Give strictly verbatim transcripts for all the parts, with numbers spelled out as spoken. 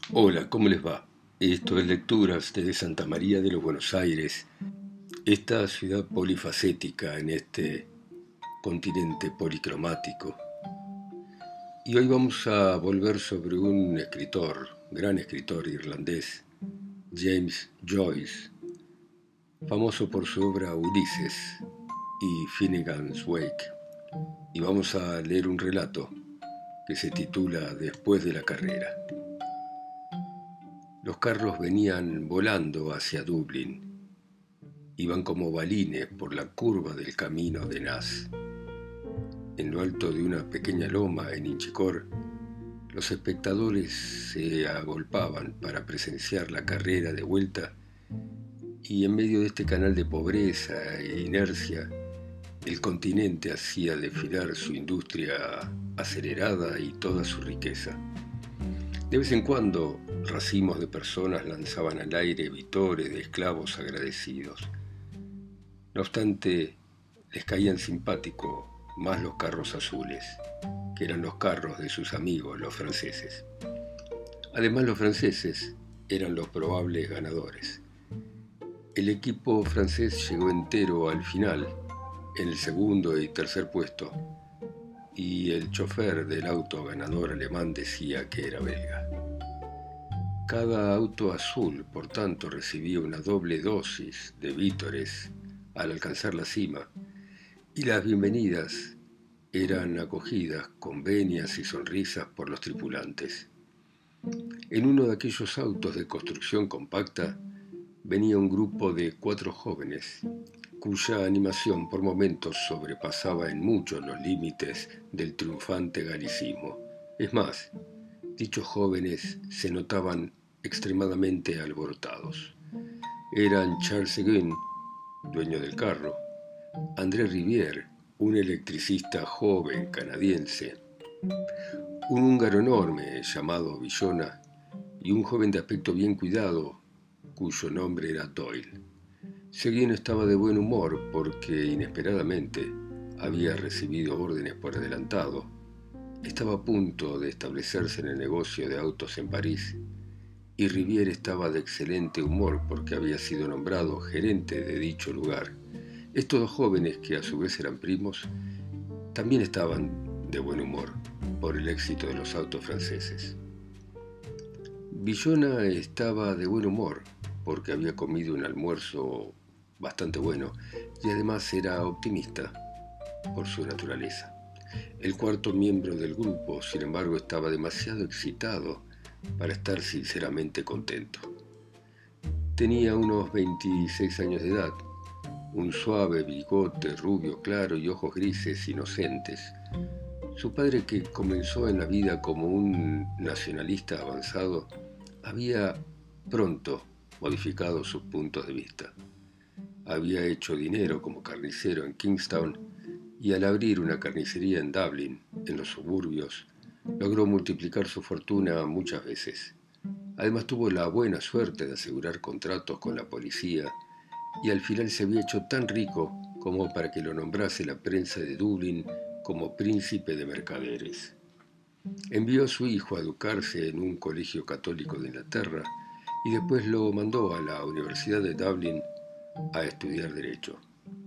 Hola, ¿cómo les va? Esto es Lecturas desde Santa María de los Buenos Aires, esta ciudad polifacética en este continente policromático. Y hoy vamos a volver sobre un escritor, gran escritor irlandés, James Joyce, famoso por su obra Ulises y Finnegan's Wake. Y vamos a leer un relato que se titula Después de la carrera. Los carros venían volando hacia Dublín. Iban como balines por la curva del camino de Naas. En lo alto de una pequeña loma en Inchicore, los espectadores se agolpaban para presenciar la carrera de vuelta, y en medio de este canal de pobreza e inercia, el continente hacía desfilar su industria acelerada y toda su riqueza. De vez en cuando, racimos de personas lanzaban al aire vitores de esclavos agradecidos. No obstante, les caían simpáticos más los carros azules, que eran los carros de sus amigos, los franceses. Además, los franceses eran los probables ganadores. El equipo francés llegó entero al final, en el segundo y tercer puesto, y el chofer del auto ganador alemán decía que era belga. Cada auto azul, por tanto, recibía una doble dosis de vítores al alcanzar la cima, y las bienvenidas eran acogidas con venias y sonrisas por los tripulantes. En uno de aquellos autos de construcción compacta venía un grupo de cuatro jóvenes, cuya animación por momentos sobrepasaba en mucho los límites del triunfante galicismo. Es más, dichos jóvenes se notaban extremadamente alborotados. Eran Charles Seguin, dueño del carro, André Rivière, un electricista joven canadiense, un húngaro enorme llamado Villona y un joven de aspecto bien cuidado cuyo nombre era Doyle. Seguin estaba de buen humor porque inesperadamente había recibido órdenes por adelantado. Estaba a punto de establecerse en el negocio de autos en París, y Rivière estaba de excelente humor porque había sido nombrado gerente de dicho lugar. Estos dos jóvenes, que a su vez eran primos, también estaban de buen humor por el éxito de los autos franceses. Villona estaba de buen humor porque había comido un almuerzo bastante bueno y además era optimista por su naturaleza. El cuarto miembro del grupo, sin embargo, estaba demasiado excitado para estar sinceramente contento. Tenía unos veintiséis años de edad, un suave bigote rubio claro y ojos grises inocentes. Su padre, que comenzó en la vida como un nacionalista avanzado, había pronto modificado sus puntos de vista. Había hecho dinero como carnicero en Kingstown y al abrir una carnicería en Dublín, en los suburbios, logró multiplicar su fortuna muchas veces. Además tuvo la buena suerte de asegurar contratos con la policía y al final se había hecho tan rico como para que lo nombrase la prensa de Dublín como príncipe de mercaderes. Envió a su hijo a educarse en un colegio católico de Inglaterra y después lo mandó a la Universidad de Dublín a estudiar Derecho.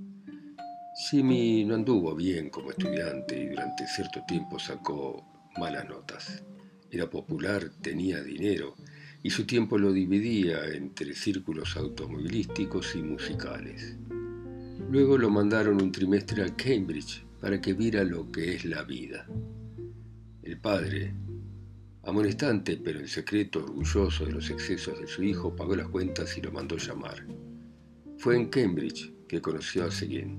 Jimmy no anduvo bien como estudiante y durante cierto tiempo sacó malas notas. Era popular, tenía dinero y su tiempo lo dividía entre círculos automovilísticos y musicales. Luego lo mandaron un trimestre a Cambridge para que viera lo que es la vida. El padre, amonestante pero en secreto orgulloso de los excesos de su hijo, pagó las cuentas y lo mandó llamar. Fue en Cambridge que conoció a Seguin.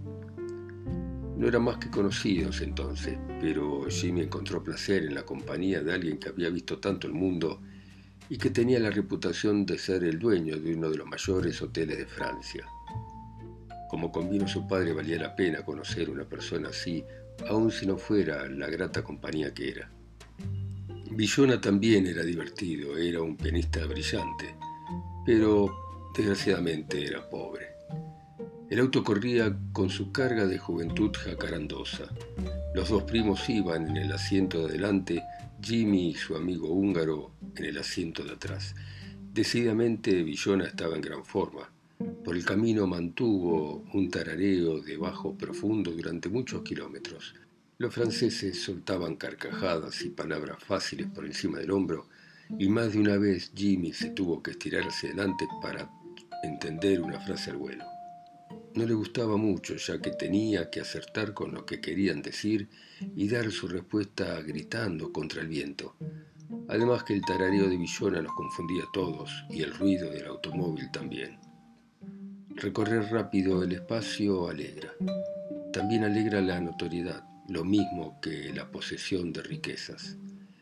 No eran más que conocidos entonces, pero Jimmy encontró placer en la compañía de alguien que había visto tanto el mundo y que tenía la reputación de ser el dueño de uno de los mayores hoteles de Francia. Como convino su padre, valía la pena conocer a una persona así, aun si no fuera la grata compañía que era. Villona también era divertido, era un pianista brillante, pero desgraciadamente era pobre. El auto corría con su carga de juventud jacarandosa. Los dos primos iban en el asiento de adelante, Jimmy y su amigo húngaro en el asiento de atrás. Decididamente Villona estaba en gran forma. Por el camino mantuvo un tarareo de bajo profundo durante muchos kilómetros. Los franceses soltaban carcajadas y palabras fáciles por encima del hombro, y más de una vez Jimmy se tuvo que estirar hacia adelante para entender una frase al vuelo. No le gustaba mucho, ya que tenía que acertar con lo que querían decir y dar su respuesta gritando contra el viento. Además que el tarareo de Villona los confundía a todos y el ruido del automóvil también. Recorrer rápido el espacio alegra. También alegra la notoriedad, lo mismo que la posesión de riquezas.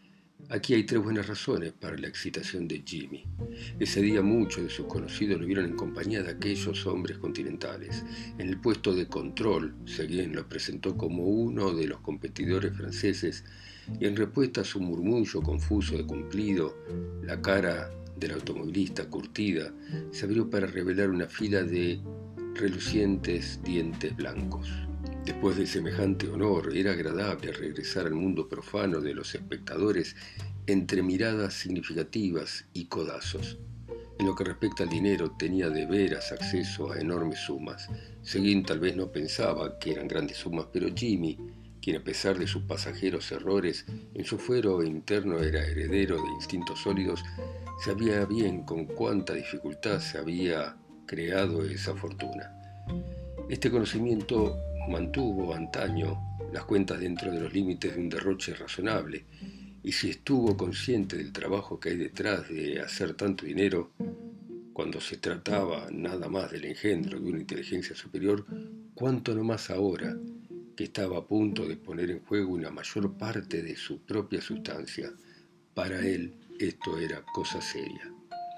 Aquí hay tres buenas razones para la excitación de Jimmy. Ese día muchos de sus conocidos lo vieron en compañía de aquellos hombres continentales. En el puesto de control, Seguin lo presentó como uno de los competidores franceses y en respuesta a su murmullo confuso de cumplido, la cara del automovilista curtida se abrió para revelar una fila de relucientes dientes blancos. Después de semejante honor, era agradable regresar al mundo profano de los espectadores entre miradas significativas y codazos. En lo que respecta al dinero, tenía de veras acceso a enormes sumas. Seguin tal vez no pensaba que eran grandes sumas, pero Jimmy, quien a pesar de sus pasajeros errores, en su fuero interno era heredero de instintos sólidos, sabía bien con cuánta dificultad se había creado esa fortuna. Este conocimiento mantuvo antaño las cuentas dentro de los límites de un derroche razonable, y si estuvo consciente del trabajo que hay detrás de hacer tanto dinero, cuando se trataba nada más del engendro de una inteligencia superior, cuánto no más ahora, que estaba a punto de poner en juego una mayor parte de su propia sustancia. Para él esto era cosa seria.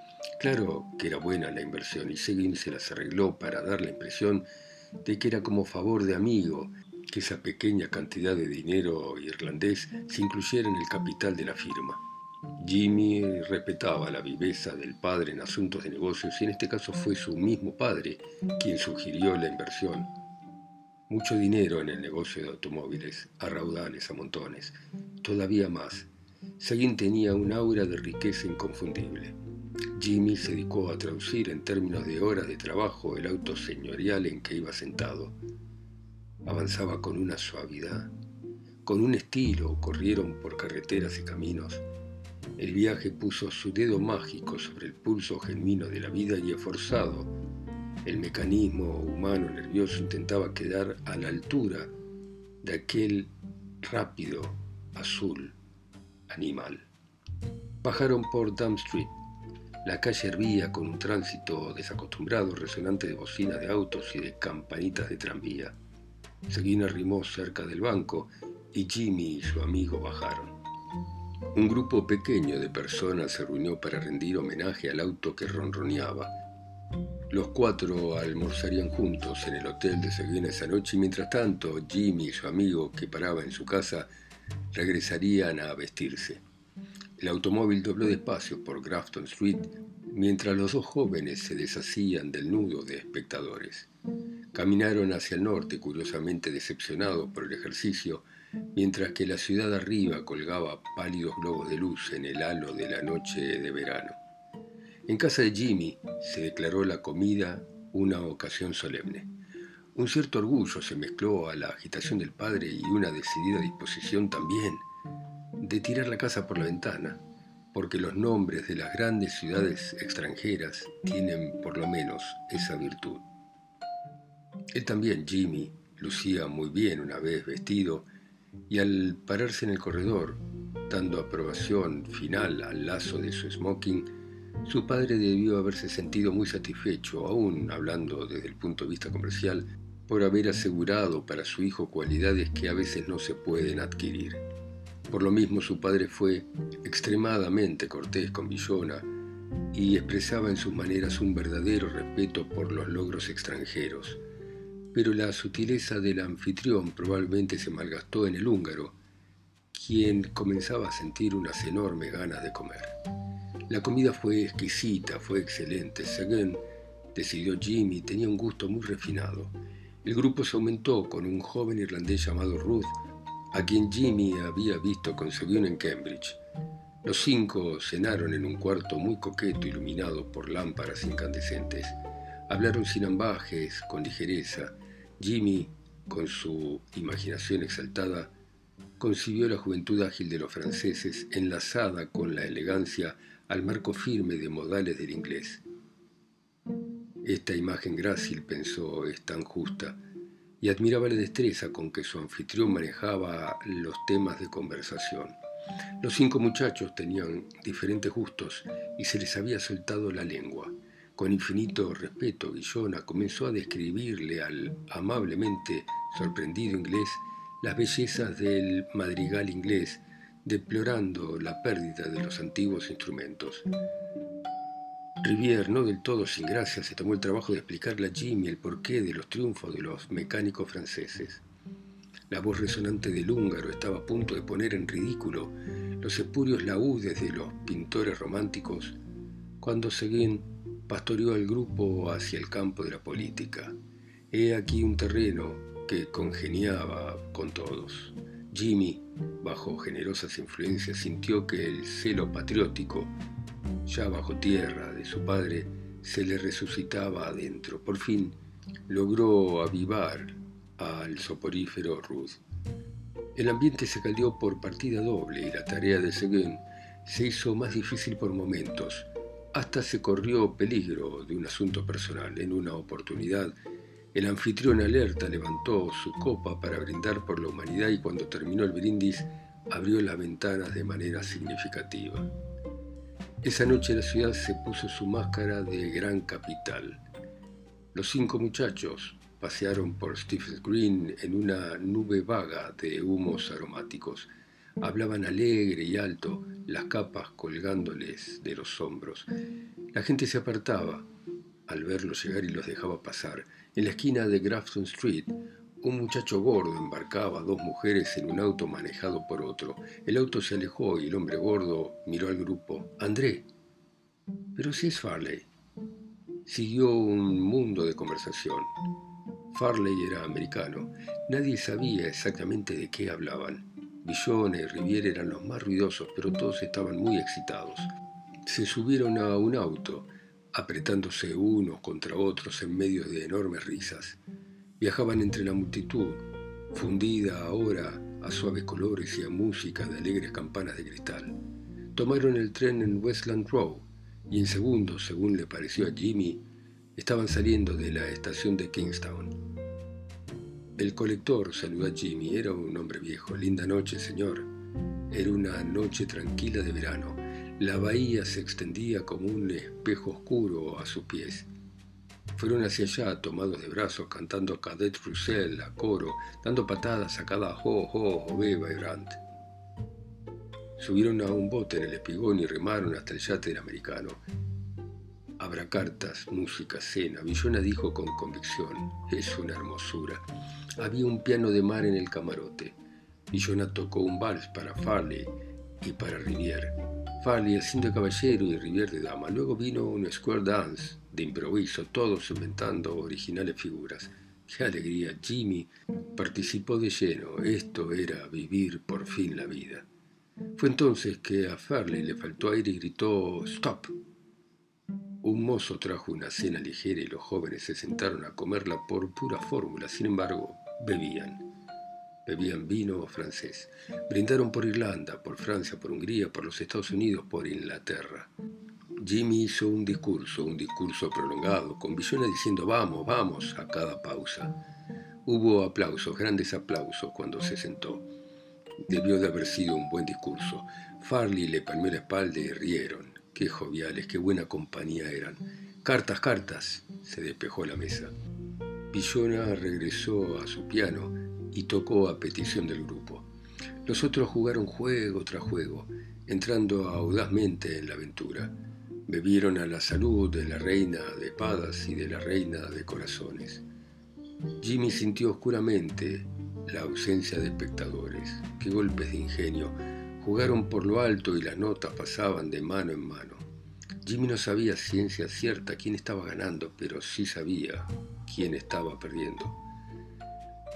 Claro que era buena la inversión y Seguin se las arregló para dar la impresión de que era como favor de amigo que esa pequeña cantidad de dinero irlandés se incluyera en el capital de la firma. Jimmy respetaba la viveza del padre en asuntos de negocios y en este caso fue su mismo padre quien sugirió la inversión. Mucho dinero en el negocio de automóviles, a raudales, a montones, todavía más. Seguin tenía un aura de riqueza inconfundible. Jimmy se dedicó a traducir en términos de horas de trabajo el auto señorial en que iba sentado. Avanzaba con una suavidad, con un estilo, corrieron por carreteras y caminos. El viaje puso su dedo mágico sobre el pulso genuino de la vida y esforzado. El mecanismo humano nervioso intentaba quedar a la altura de aquel rápido azul animal. Bajaron por Dam Street. La calle hervía con un tránsito desacostumbrado, resonante de bocinas de autos y de campanitas de tranvía. Seguin arrimó cerca del banco y Jimmy y su amigo bajaron. Un grupo pequeño de personas se reunió para rendir homenaje al auto que ronroneaba. Los cuatro almorzarían juntos en el hotel de Seguin esa noche y mientras tanto Jimmy y su amigo, que paraba en su casa, regresarían a vestirse. El automóvil dobló despacio por Grafton Street mientras los dos jóvenes se deshacían del nudo de espectadores. Caminaron hacia el norte, curiosamente decepcionados por el ejercicio, mientras que la ciudad arriba colgaba pálidos globos de luz en el halo de la noche de verano. En casa de Jimmy se declaró la comida una ocasión solemne. Un cierto orgullo se mezcló a la agitación del padre y una decidida disposición también de tirar la casa por la ventana, porque los nombres de las grandes ciudades extranjeras tienen por lo menos esa virtud. Él también, Jimmy, lucía muy bien una vez vestido y al pararse en el corredor, dando aprobación final al lazo de su smoking, su padre debió haberse sentido muy satisfecho, aún hablando desde el punto de vista comercial, por haber asegurado para su hijo cualidades que a veces no se pueden adquirir. Por lo mismo su padre fue extremadamente cortés con Villona y expresaba en sus maneras un verdadero respeto por los logros extranjeros. Pero la sutileza del anfitrión probablemente se malgastó en el húngaro, quien comenzaba a sentir unas enormes ganas de comer. La comida fue exquisita, fue excelente. Según decidió Jimmy, tenía un gusto muy refinado. El grupo se aumentó con un joven irlandés llamado Ruth, a quien Jimmy había visto con Seguin en Cambridge. Los cinco cenaron en un cuarto muy coqueto iluminado por lámparas incandescentes. Hablaron sin ambajes, con ligereza. Jimmy, con su imaginación exaltada, concibió la juventud ágil de los franceses enlazada con la elegancia al marco firme de modales del inglés. Esta imagen grácil, pensó, es tan justa, y admiraba la destreza con que su anfitrión manejaba los temas de conversación. Los cinco muchachos tenían diferentes gustos y se les había soltado la lengua. Con infinito respeto, Guillona comenzó a describirle al amablemente sorprendido inglés las bellezas del madrigal inglés, deplorando la pérdida de los antiguos instrumentos. Rivière, no del todo sin gracia, se tomó el trabajo de explicarle a Jimmy el porqué de los triunfos de los mecánicos franceses. La voz resonante del húngaro estaba a punto de poner en ridículo los espurios laúdes de los pintores románticos cuando Seguin pastoreó al grupo hacia el campo de la política. He aquí un terreno que congeniaba con todos. Jimmy, bajo generosas influencias, sintió que el celo patriótico, ya bajo tierra, de su padre, se le resucitaba adentro. Por fin logró avivar al soporífero Ruth. El ambiente se caldeó por partida doble y la tarea de Seguin se hizo más difícil por momentos. Hasta se corrió peligro de un asunto personal. En una oportunidad, el anfitrión alerta levantó su copa para brindar por la humanidad y cuando terminó el brindis abrió las ventanas de manera significativa. Esa noche la ciudad se puso su máscara de gran capital. Los cinco muchachos pasearon por Stephen's Green en una nube vaga de humos aromáticos. Hablaban alegre y alto, las capas colgándoles de los hombros. La gente se apartaba al verlos llegar y los dejaba pasar. En la esquina de Grafton Street, un muchacho gordo embarcaba a dos mujeres en un auto manejado por otro. El auto se alejó y el hombre gordo miró al grupo. «André». «Pero si es Farley». Siguió un mundo de conversación. Farley era americano. Nadie sabía exactamente de qué hablaban. Villona y Rivière eran los más ruidosos, pero todos estaban muy excitados. Se subieron a un auto, apretándose unos contra otros en medio de enormes risas. Viajaban entre la multitud, fundida ahora a suaves colores y a música de alegres campanas de cristal. Tomaron el tren en Westland Row y en segundos, según le pareció a Jimmy, estaban saliendo de la estación de Kingstown. El colector saludó a Jimmy. Era un hombre viejo. «Linda noche, señor». Era una noche tranquila de verano. La bahía se extendía como un espejo oscuro a sus pies. Fueron hacia allá, tomados de brazos, cantando Cadet Roussel a coro, dando patadas a cada ho, ho, o beba y brant. Subieron a un bote en el espigón y remaron hasta el yate del americano. Habrá cartas, música, cena. Villona dijo con convicción: «Es una hermosura». Había un piano de mar en el camarote. Villona tocó un vals para Farley y para Rivière. Farley haciendo de caballero y Rivière de dama. Luego vino un square dance de improviso, todos inventando originales figuras. ¡Qué alegría! Jimmy participó de lleno. Esto era vivir por fin la vida. Fue entonces que a Farley le faltó aire y gritó «¡Stop!». Un mozo trajo una cena ligera y los jóvenes se sentaron a comerla por pura fórmula. Sin embargo, bebían. Bebían vino francés. Brindaron por Irlanda, por Francia, por Hungría, por los Estados Unidos, por Inglaterra. Jimmy hizo un discurso, un discurso prolongado, con Villona diciendo «vamos, vamos» a cada pausa. Hubo aplausos, grandes aplausos cuando se sentó. Debió de haber sido un buen discurso. Farley le palmeó la espalda y rieron. Qué joviales, qué buena compañía eran. «Cartas, cartas», se despejó la mesa. Villona regresó a su piano y tocó a petición del grupo. Los otros jugaron juego tras juego, entrando audazmente en la aventura. Bebieron a la salud de la reina de espadas y de la reina de corazones. Jimmy sintió oscuramente la ausencia de espectadores. Qué golpes de ingenio. Jugaron por lo alto y las notas pasaban de mano en mano. Jimmy no sabía ciencia cierta quién estaba ganando, pero sí sabía quién estaba perdiendo.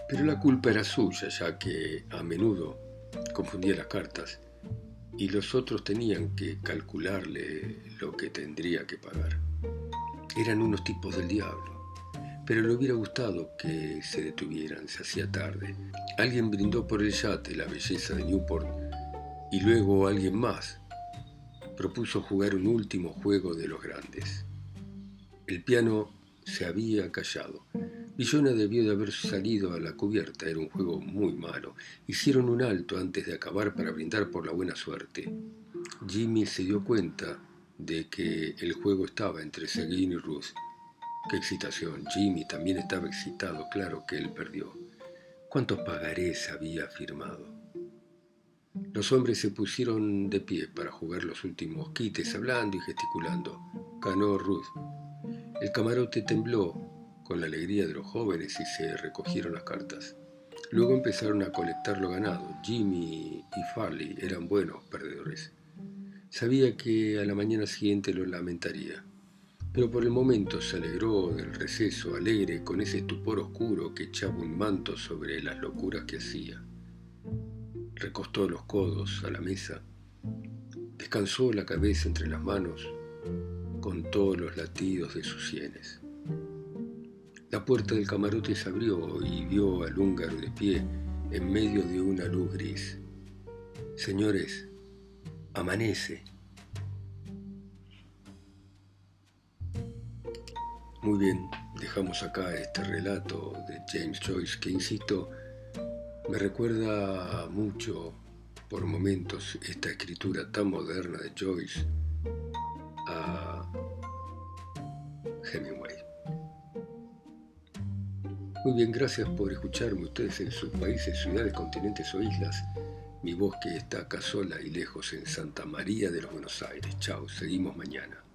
Pero la culpa era suya, ya que a menudo confundía las cartas y los otros tenían que calcularle lo que tendría que pagar. Eran unos tipos del diablo, pero le hubiera gustado que se detuvieran, se hacía tarde. Alguien brindó por el yate, la belleza de Newport, y luego alguien más propuso jugar un último juego de los grandes. El piano se había callado. Villona debió de haber salido a la cubierta, era un juego muy malo. Hicieron un alto antes de acabar para brindar por la buena suerte. Jimmy se dio cuenta de que el juego estaba entre Seguin y Ruth. ¡Qué excitación! Jimmy también estaba excitado, claro que él perdió. ¿Cuántos pagarés había firmado? Los hombres se pusieron de pie para jugar los últimos quites, hablando y gesticulando. Ganó Ruth. El camarote tembló con la alegría de los jóvenes y se recogieron las cartas. Luego empezaron a colectar lo ganado. Jimmy y Farley eran buenos perdedores. Sabía que a la mañana siguiente lo lamentaría, pero por el momento se alegró del receso, alegre con ese estupor oscuro que echaba un manto sobre las locuras que hacía. Recostó los codos a la mesa, descansó la cabeza entre las manos, contó los latidos de sus sienes. La puerta del camarote se abrió y vio al húngaro de pie en medio de una luz gris. Señores, amanece. Muy bien, dejamos acá este relato de James Joyce que, insisto, me recuerda mucho por momentos esta escritura tan moderna de Joyce a Hemingway. Muy bien, gracias por escucharme ustedes en sus países, ciudades, continentes o islas. Mi voz que está acá sola y lejos en Santa María de los Buenos Aires. Chao, seguimos mañana.